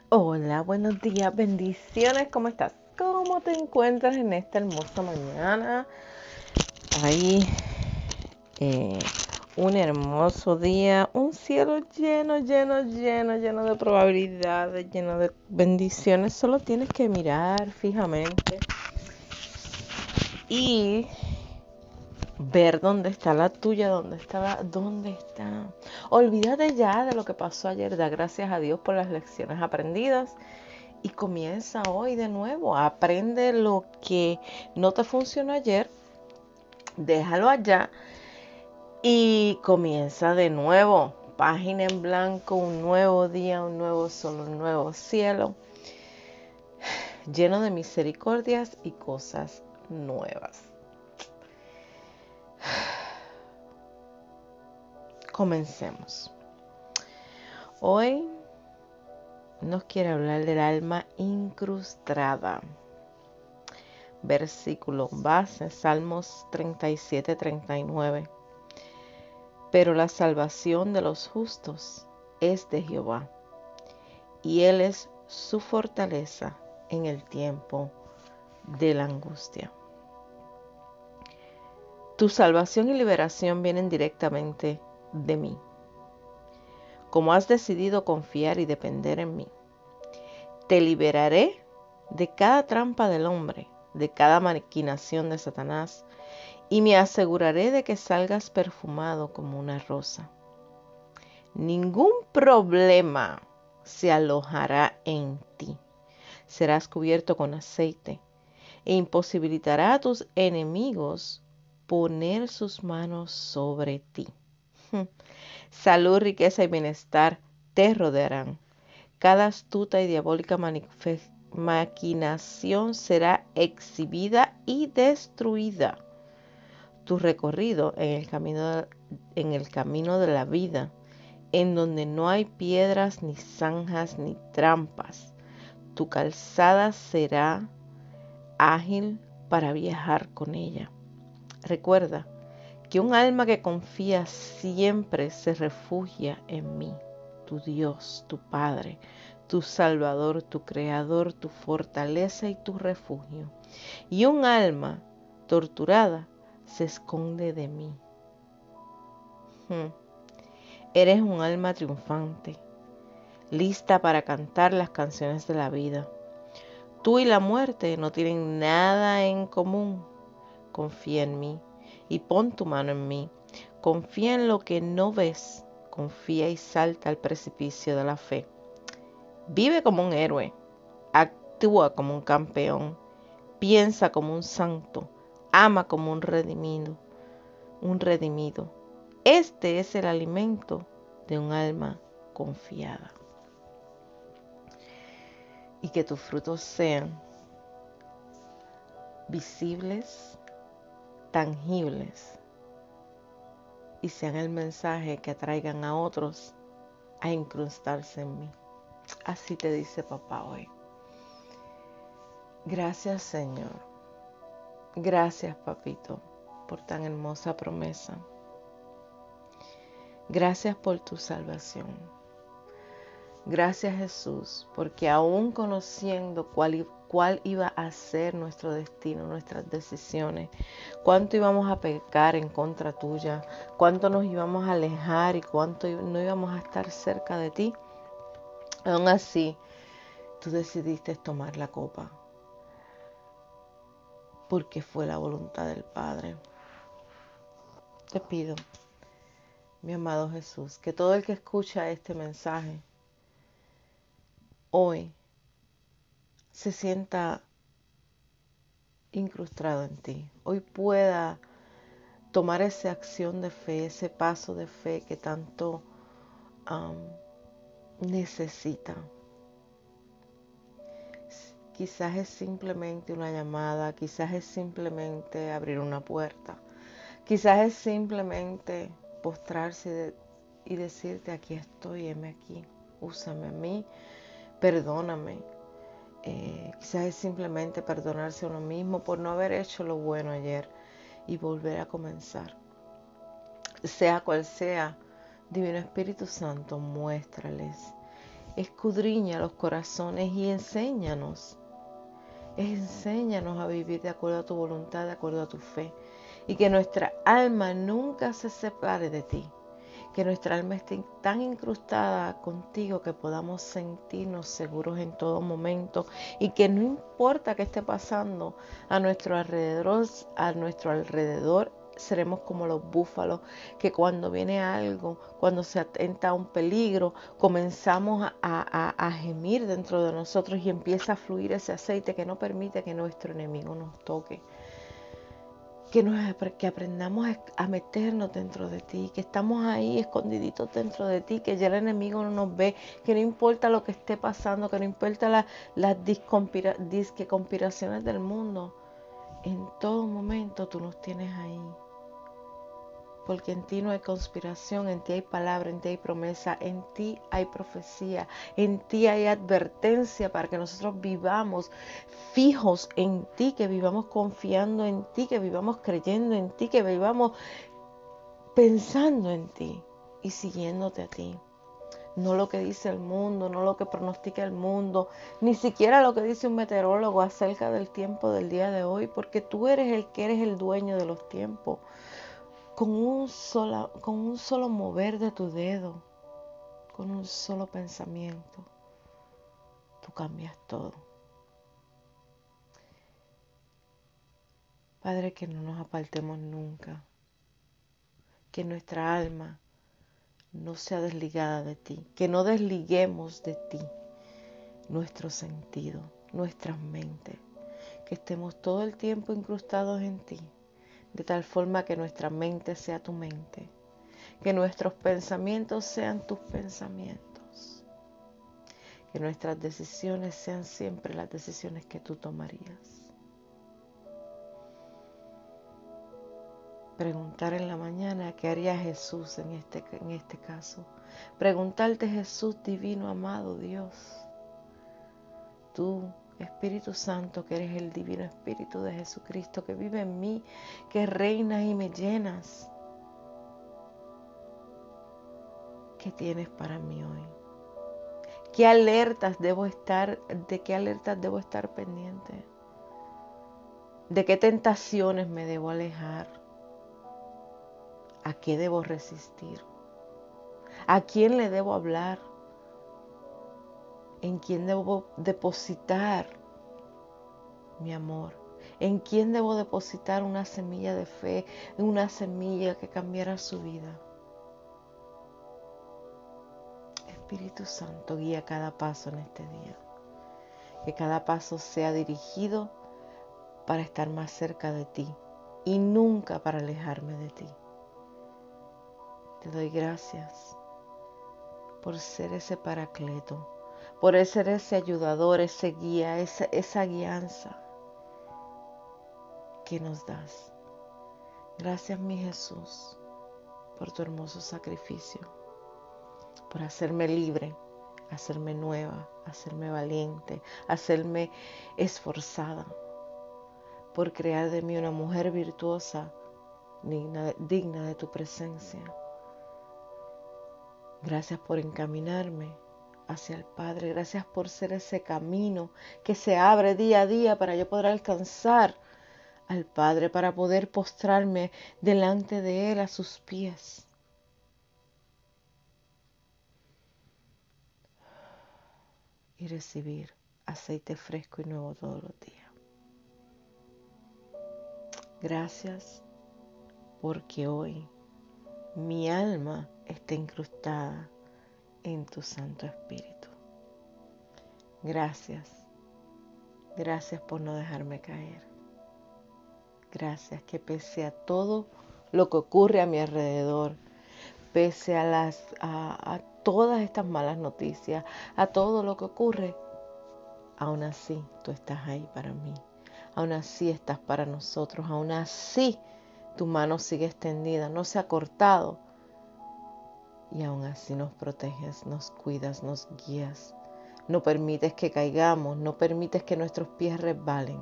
Hola, buenos días, bendiciones, ¿cómo estás? ¿Cómo te encuentras en esta hermosa mañana? Hay eh, un hermoso día, un cielo lleno de probabilidades, lleno de bendiciones. Solo tienes que mirar fijamente y ver dónde está la tuya, dónde está. Olvídate ya de lo que pasó ayer, da gracias a Dios por las lecciones aprendidas. Y comienza hoy de nuevo. Aprende lo que no te funcionó ayer, déjalo allá y comienza de nuevo. Página en blanco, un nuevo día, un nuevo sol, un nuevo cielo, lleno de misericordias y cosas nuevas. Comencemos. Hoy nos quiere hablar del alma incrustada. Versículo base, Salmos 37-39. Pero la salvación de los justos es de Jehová, y Él es su fortaleza en el tiempo de la angustia. Tu salvación y liberación vienen directamente de mí. Como has decidido confiar y depender en mí, te liberaré de cada trampa del hombre, de cada maquinación de Satanás, y me aseguraré de que salgas perfumado como una rosa. Ningún problema se alojará en ti. Serás cubierto con aceite e imposibilitará a tus enemigos poner sus manos sobre ti. Salud, riqueza y bienestar te rodearán. Cada astuta y diabólica maquinación será exhibida y destruida. Tu recorrido en el camino de la vida, en donde no hay piedras, ni zanjas, ni trampas. Tu calzada será ágil para viajar con ella. Recuerda que un alma que confía siempre se refugia en mí, tu Dios, tu Padre, tu Salvador, tu Creador, tu fortaleza y tu refugio. Y un alma torturada se esconde de mí. Eres un alma triunfante, lista para cantar las canciones de la vida. Tú y la muerte no tienen nada en común. Confía en mí y pon tu mano en mí. Confía en lo que no ves. Confía y salta al precipicio de la fe. Vive como un héroe. Actúa como un campeón. Piensa como un santo. Ama como un redimido. Este es el alimento de un alma confiada. Y que tus frutos sean visibles, tangibles, y sean el mensaje que atraigan a otros a incrustarse en mí. Así te dice papá hoy. Gracias, Señor. Gracias, papito, por tan hermosa promesa. Gracias por tu salvación. Gracias, Jesús, porque aún conociendo cuál iba a ser nuestro destino, nuestras decisiones, cuánto íbamos a pecar en contra tuya, cuánto nos íbamos a alejar y cuánto no íbamos a estar cerca de ti, aún así tú decidiste tomar la copa, porque fue la voluntad del Padre. Te pido, mi amado Jesús, que todo el que escucha este mensaje hoy se sienta incrustado en ti, hoy pueda tomar esa acción de fe, ese paso de fe que tanto necesita. Quizás es simplemente una llamada, quizás es simplemente abrir una puerta, quizás es simplemente postrarse y decirte: aquí estoy, heme aquí, úsame a mí, perdóname. Quizás es simplemente perdonarse a uno mismo por no haber hecho lo bueno ayer y volver a comenzar. Sea cual sea, Divino Espíritu Santo, muéstrales escudriña los corazones y enséñanos a vivir de acuerdo a tu voluntad, de acuerdo a tu fe. Y que nuestra alma nunca se separe de ti. Que nuestra alma esté tan incrustada contigo que podamos sentirnos seguros en todo momento. Y que no importa qué esté pasando a nuestro alrededor, seremos como los búfalos, que cuando viene algo, cuando se atenta a un peligro, comenzamos a gemir dentro de nosotros y empieza a fluir ese aceite que no permite que nuestro enemigo nos toque. Que aprendamos a meternos dentro de ti, que estamos ahí escondiditos dentro de ti, que ya el enemigo no nos ve, que no importa lo que esté pasando, que no importa las conspiraciones del mundo, en todo momento tú nos tienes ahí. Porque en ti no hay conspiración, en ti hay palabra, en ti hay promesa, en ti hay profecía, en ti hay advertencia para que nosotros vivamos fijos en ti, que vivamos confiando en ti, que vivamos creyendo en ti, que vivamos pensando en ti y siguiéndote a ti. No lo que dice el mundo, no lo que pronostica el mundo, ni siquiera lo que dice un meteorólogo acerca del tiempo del día de hoy, porque tú eres el que eres el dueño de los tiempos. Con un solo mover de tu dedo, con un solo pensamiento, tú cambias todo. Padre, que no nos apartemos nunca, que nuestra alma no sea desligada de ti, que no desliguemos de ti nuestro sentido, nuestras mentes, que estemos todo el tiempo incrustados en ti, de tal forma que nuestra mente sea tu mente, que nuestros pensamientos sean tus pensamientos, que nuestras decisiones sean siempre las decisiones que tú tomarías. Preguntar en la mañana qué haría Jesús en este caso. Preguntarte, Jesús divino, amado Dios, tú, Espíritu Santo, que eres el divino Espíritu de Jesucristo, que vive en mí, que reinas y me llenas. ¿Qué tienes para mí hoy? ¿De qué alertas debo estar pendiente? ¿De qué tentaciones me debo alejar? ¿A qué debo resistir? ¿A quién le debo hablar? ¿En quién debo depositar mi amor? ¿En quién debo depositar una semilla de fe, una semilla que cambiará su vida? Espíritu Santo, guía cada paso en este día. Que cada paso sea dirigido para estar más cerca de ti y nunca para alejarme de ti. Te doy gracias por ser ese paracleto, por ser ese ayudador, ese guía, esa guianza que nos das. Gracias, mi Jesús, por tu hermoso sacrificio, por hacerme libre, hacerme nueva, hacerme valiente, hacerme esforzada, por crear de mí una mujer virtuosa, digna de tu presencia. Gracias por encaminarme hacia el Padre. Gracias por ser ese camino que se abre día a día para yo poder alcanzar al Padre, para poder postrarme delante de Él a sus pies. Y recibir aceite fresco y nuevo todos los días. Gracias porque hoy mi alma está incrustada en tu Santo Espíritu. Gracias. Gracias por no dejarme caer. Gracias que pese a todo lo que ocurre a mi alrededor, pese a todas estas malas noticias, a todo lo que ocurre, aún así tú estás ahí para mí. Aún así estás para nosotros. Aún así tu mano sigue extendida, no se ha cortado. Y aún así nos proteges, nos cuidas, nos guías. No permites que caigamos, no permites que nuestros pies resbalen.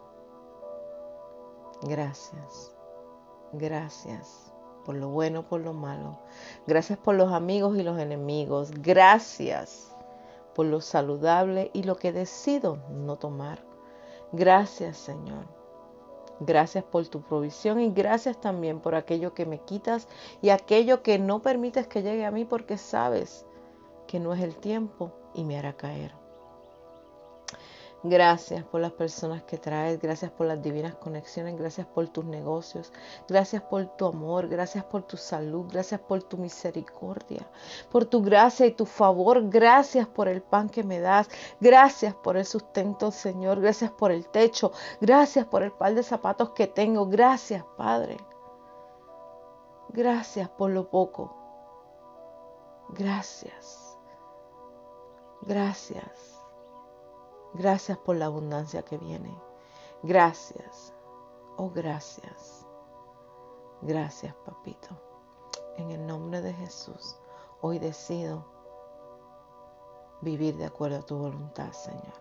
Gracias, gracias por lo bueno, por lo malo. Gracias por los amigos y los enemigos. Gracias por lo saludable y lo que decido no tomar. Gracias, Señor. Gracias por tu provisión y gracias también por aquello que me quitas y aquello que no permites que llegue a mí porque sabes que no es el tiempo y me hará caer. Gracias por las personas que traes, gracias por las divinas conexiones, gracias por tus negocios, gracias por tu amor, gracias por tu salud, gracias por tu misericordia, por tu gracia y tu favor, gracias por el pan que me das, gracias por el sustento, Señor, gracias por el techo, gracias por el par de zapatos que tengo, gracias, Padre, gracias por lo poco, gracias, gracias. Gracias por la abundancia que viene. Gracias. Oh, gracias. Gracias, papito. En el nombre de Jesús, hoy decido vivir de acuerdo a tu voluntad, Señor.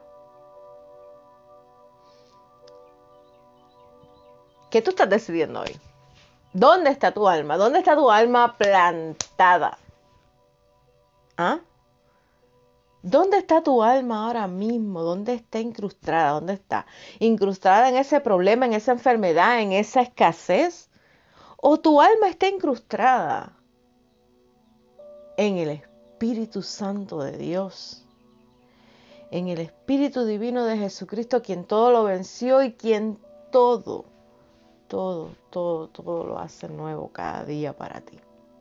¿Qué tú estás decidiendo hoy? ¿Dónde está tu alma? ¿Dónde está tu alma plantada? ¿Ah? ¿Dónde está tu alma ahora mismo? ¿Dónde está incrustada? ¿Dónde está? ¿Incrustada en ese problema, en esa enfermedad, en esa escasez? ¿O tu alma está incrustada en el Espíritu Santo de Dios? En el Espíritu Divino de Jesucristo, quien todo lo venció y quien todo lo hace nuevo cada día para ti.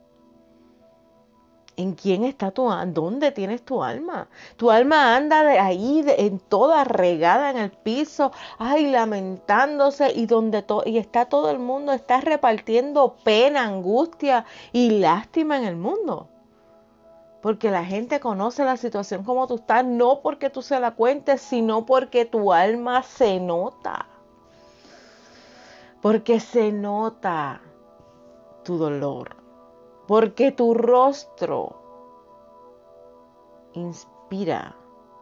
¿En quién está tu alma? ¿Dónde tienes tu alma? Tu alma anda de ahí, en toda regada en el piso, ay, lamentándose, y está todo el mundo, está repartiendo pena, angustia y lástima en el mundo. Porque la gente conoce la situación como tú estás, no porque tú se la cuentes, sino porque tu alma se nota. Porque se nota tu dolor. Porque tu rostro inspira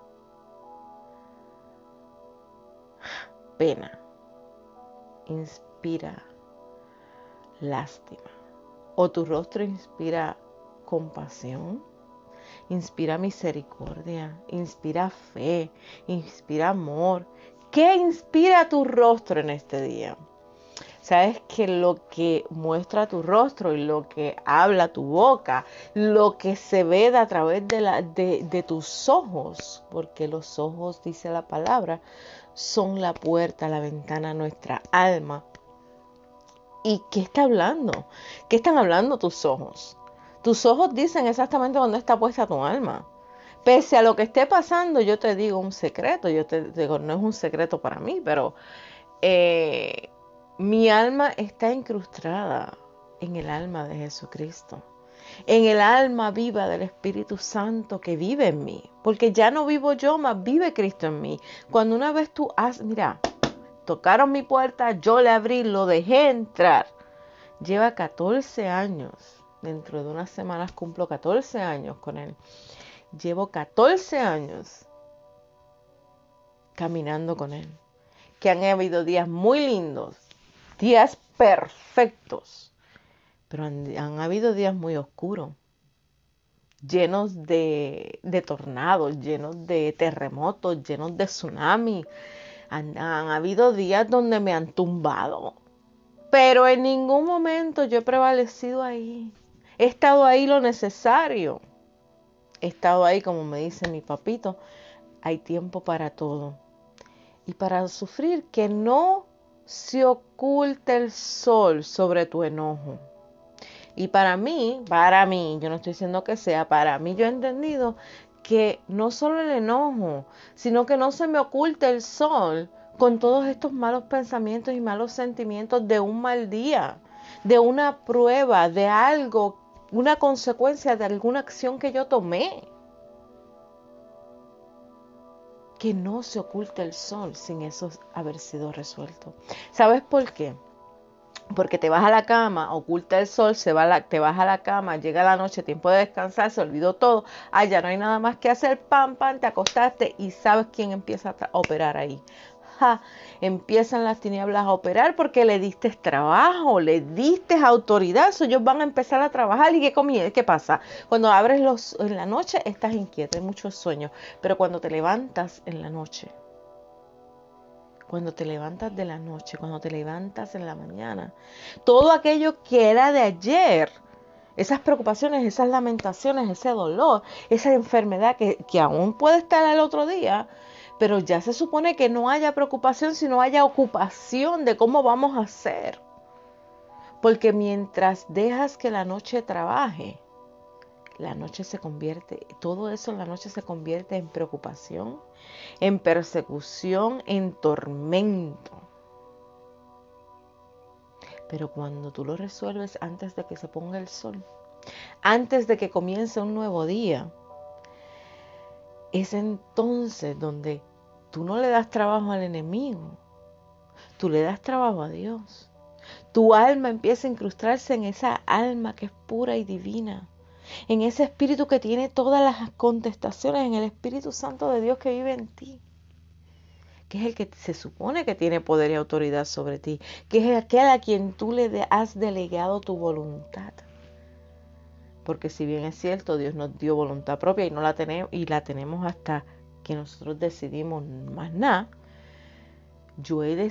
pena, inspira lástima. O tu rostro inspira compasión, inspira misericordia, inspira fe, inspira amor. ¿Qué inspira tu rostro en este día? Sabes que lo que muestra tu rostro y lo que habla tu boca, lo que se ve a través de tus ojos, porque los ojos, dice la palabra, son la puerta, la ventana a nuestra alma. ¿Y qué está hablando? ¿Qué están hablando tus ojos? Tus ojos dicen exactamente dónde está puesta tu alma. Pese a lo que esté pasando, yo te digo un secreto. Yo te digo, no es un secreto para mí, pero mi alma está incrustada en el alma de Jesucristo, en el alma viva del Espíritu Santo que vive en mí, porque ya no vivo yo, más vive Cristo en mí. Cuando una vez mira, tocaron mi puerta, yo le abrí, lo dejé entrar. Lleva 14 años, dentro de unas semanas cumplo 14 años con él. Llevo 14 años caminando con él, que han habido días muy lindos, días perfectos, pero han habido días muy oscuros, llenos de tornados, llenos de terremotos, llenos de tsunamis. Han habido días donde me han tumbado, pero en ningún momento yo he prevalecido ahí. He estado ahí lo necesario. He estado ahí, como me dice mi papito, hay tiempo para todo. Y para sufrir, que no se oculte el sol sobre tu enojo. Y para mí, yo no estoy diciendo que sea, para mí yo he entendido que no solo el enojo, sino que no se me oculte el sol con todos estos malos pensamientos y malos sentimientos de un mal día, de una prueba, de algo, una consecuencia de alguna acción que yo tomé. Que no se oculte el sol sin eso haber sido resuelto. ¿Sabes por qué? Porque te vas a la cama, oculta el sol, te vas a la cama, llega la noche, tiempo de descansar, se olvidó todo. Ya no hay nada más que hacer, pam, te acostaste y ¿sabes quién empieza a operar ahí? empiezan las tinieblas a operar porque le diste trabajo, le diste autoridad, ellos van a empezar a trabajar. ¿Y qué pasa? Cuando abres en la noche estás inquieto, hay muchos sueños, pero cuando te levantas en la noche, cuando te levantas de la noche, cuando te levantas en la mañana, todo aquello que era de ayer, esas preocupaciones, esas lamentaciones, ese dolor, esa enfermedad que aún puede estar al otro día, pero ya se supone que no haya preocupación, sino haya ocupación de cómo vamos a hacer. Porque mientras dejas que la noche trabaje, la noche se convierte, todo eso en la noche se convierte en preocupación, en persecución, en tormento. Pero cuando tú lo resuelves antes de que se ponga el sol, antes de que comience un nuevo día, es entonces donde tú no le das trabajo al enemigo, tú le das trabajo a Dios. Tu alma empieza a incrustarse en esa alma que es pura y divina, en ese espíritu que tiene todas las contestaciones, en el Espíritu Santo de Dios que vive en ti, que es el que se supone que tiene poder y autoridad sobre ti, que es aquel a quien tú le has delegado tu voluntad. Porque si bien es cierto, Dios nos dio voluntad propia y la tenemos hasta que nosotros decidimos más nada, yo he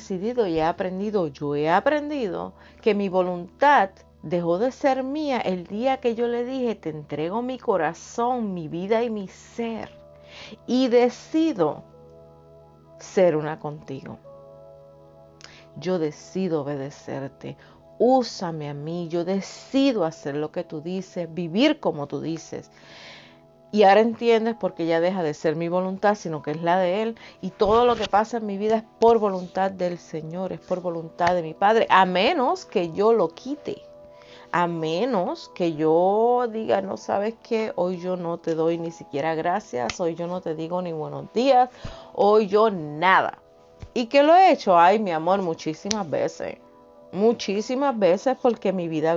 aprendido que mi voluntad dejó de ser mía el día que yo le dije, te entrego mi corazón, mi vida y mi ser, y decido ser una contigo. Yo decido obedecerte. Úsame a mí, yo decido hacer lo que tú dices, vivir como tú dices. Y ahora entiendes por qué ya deja de ser mi voluntad, sino que es la de Él. Y todo lo que pasa en mi vida es por voluntad del Señor, es por voluntad de mi Padre, a menos que yo lo quite. A menos que yo diga, no sabes qué, hoy yo no te doy ni siquiera gracias, hoy yo no te digo ni buenos días, hoy yo nada. ¿Y qué lo he hecho? Ay, mi amor, muchísimas veces porque mi vida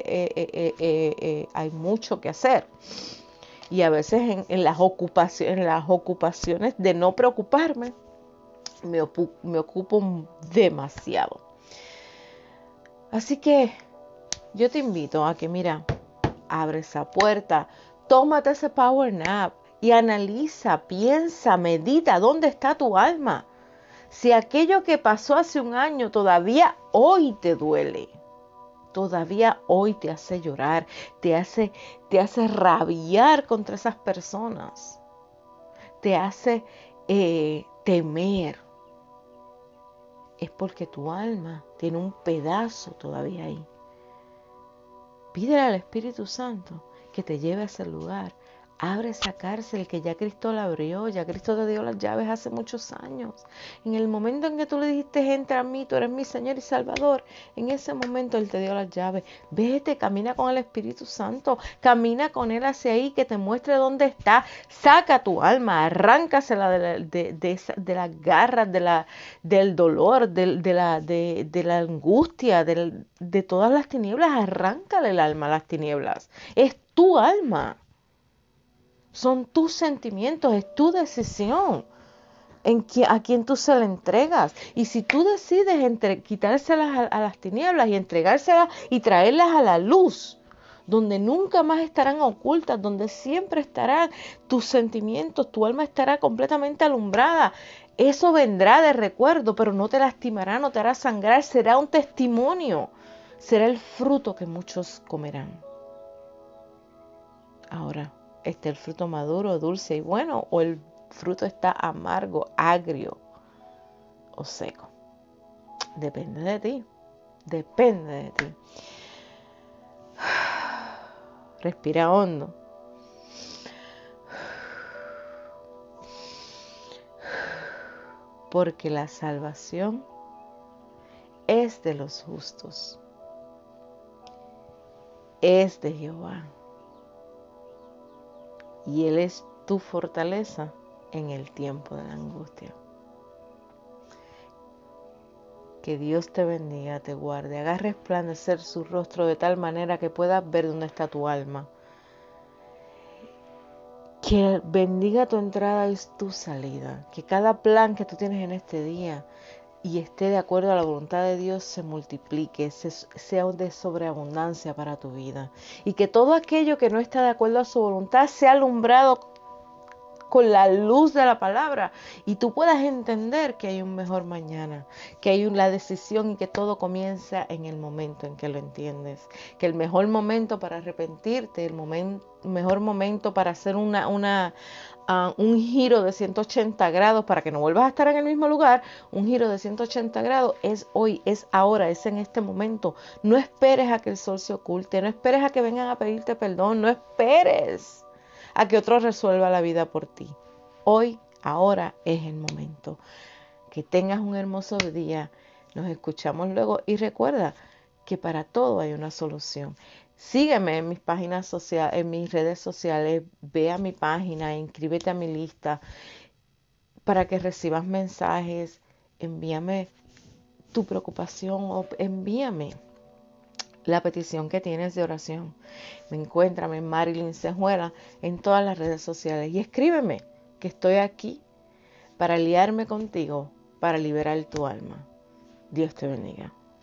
hay mucho que hacer. Y a veces en las ocupaciones de no preocuparme, me ocupo demasiado. Así que yo te invito a que, mira, abre esa puerta, tómate ese power nap y analiza, piensa, medita, ¿dónde está tu alma? Si aquello que pasó hace un año todavía hoy te duele, todavía hoy te hace llorar, te hace rabiar contra esas personas, te hace temer, es porque tu alma tiene un pedazo todavía ahí. Pídele al Espíritu Santo que te lleve a ese lugar. Abre esa cárcel que ya Cristo la abrió, ya Cristo te dio las llaves hace muchos años. En el momento en que tú le dijiste, entra a mí, tú eres mi Señor y Salvador, en ese momento Él te dio las llaves. Vete, camina con el Espíritu Santo, camina con Él hacia ahí, que te muestre dónde está. Saca tu alma, arráncasela de las garras, del dolor, de la angustia, de todas las tinieblas. Arráncale el alma a las tinieblas. Es tu alma. Son tus sentimientos, es tu decisión a quien tú se la entregas. Y si tú decides quitárselas a las tinieblas y entregárselas y traerlas a la luz, donde nunca más estarán ocultas, donde siempre estarán tus sentimientos, tu alma estará completamente alumbrada. Eso vendrá de recuerdo, pero no te lastimará, no te hará sangrar, será un testimonio, será el fruto que muchos comerán. Ahora, ¿está el fruto maduro, dulce y bueno, o el fruto está amargo, agrio o seco? Depende de ti, depende de ti. Respira hondo. Porque la salvación es de los justos, es de Jehová. Y Él es tu fortaleza en el tiempo de la angustia. Que Dios te bendiga, te guarde, haga resplandecer su rostro de tal manera que puedas ver dónde está tu alma. Que bendiga tu entrada y tu salida. Que cada plan que tú tienes en este día y esté de acuerdo a la voluntad de Dios se multiplique, sea de sobreabundancia para tu vida. Y que todo aquello que no está de acuerdo a su voluntad sea alumbrado con la luz de la palabra y tú puedas entender que hay un mejor mañana, que hay una decisión y que todo comienza en el momento en que lo entiendes, que el mejor momento para arrepentirte, mejor momento para hacer un giro de 180 grados para que no vuelvas a estar en el mismo lugar, un giro de 180 grados es hoy, es ahora, es en este momento. No esperes a que el sol se oculte, no esperes a que vengan a pedirte perdón, no esperes a que otro resuelva la vida por ti. Hoy, ahora es el momento. Que tengas un hermoso día. Nos escuchamos luego y recuerda que para todo hay una solución. Sígueme en mis páginas sociales, en mis redes sociales, ve a mi página, inscríbete a mi lista para que recibas mensajes, envíame tu preocupación o envíame la petición que tienes de oración. Me encuéntrame en Marilyn Cejuela en todas las redes sociales y escríbeme que estoy aquí para aliarme contigo para liberar tu alma. Dios te bendiga.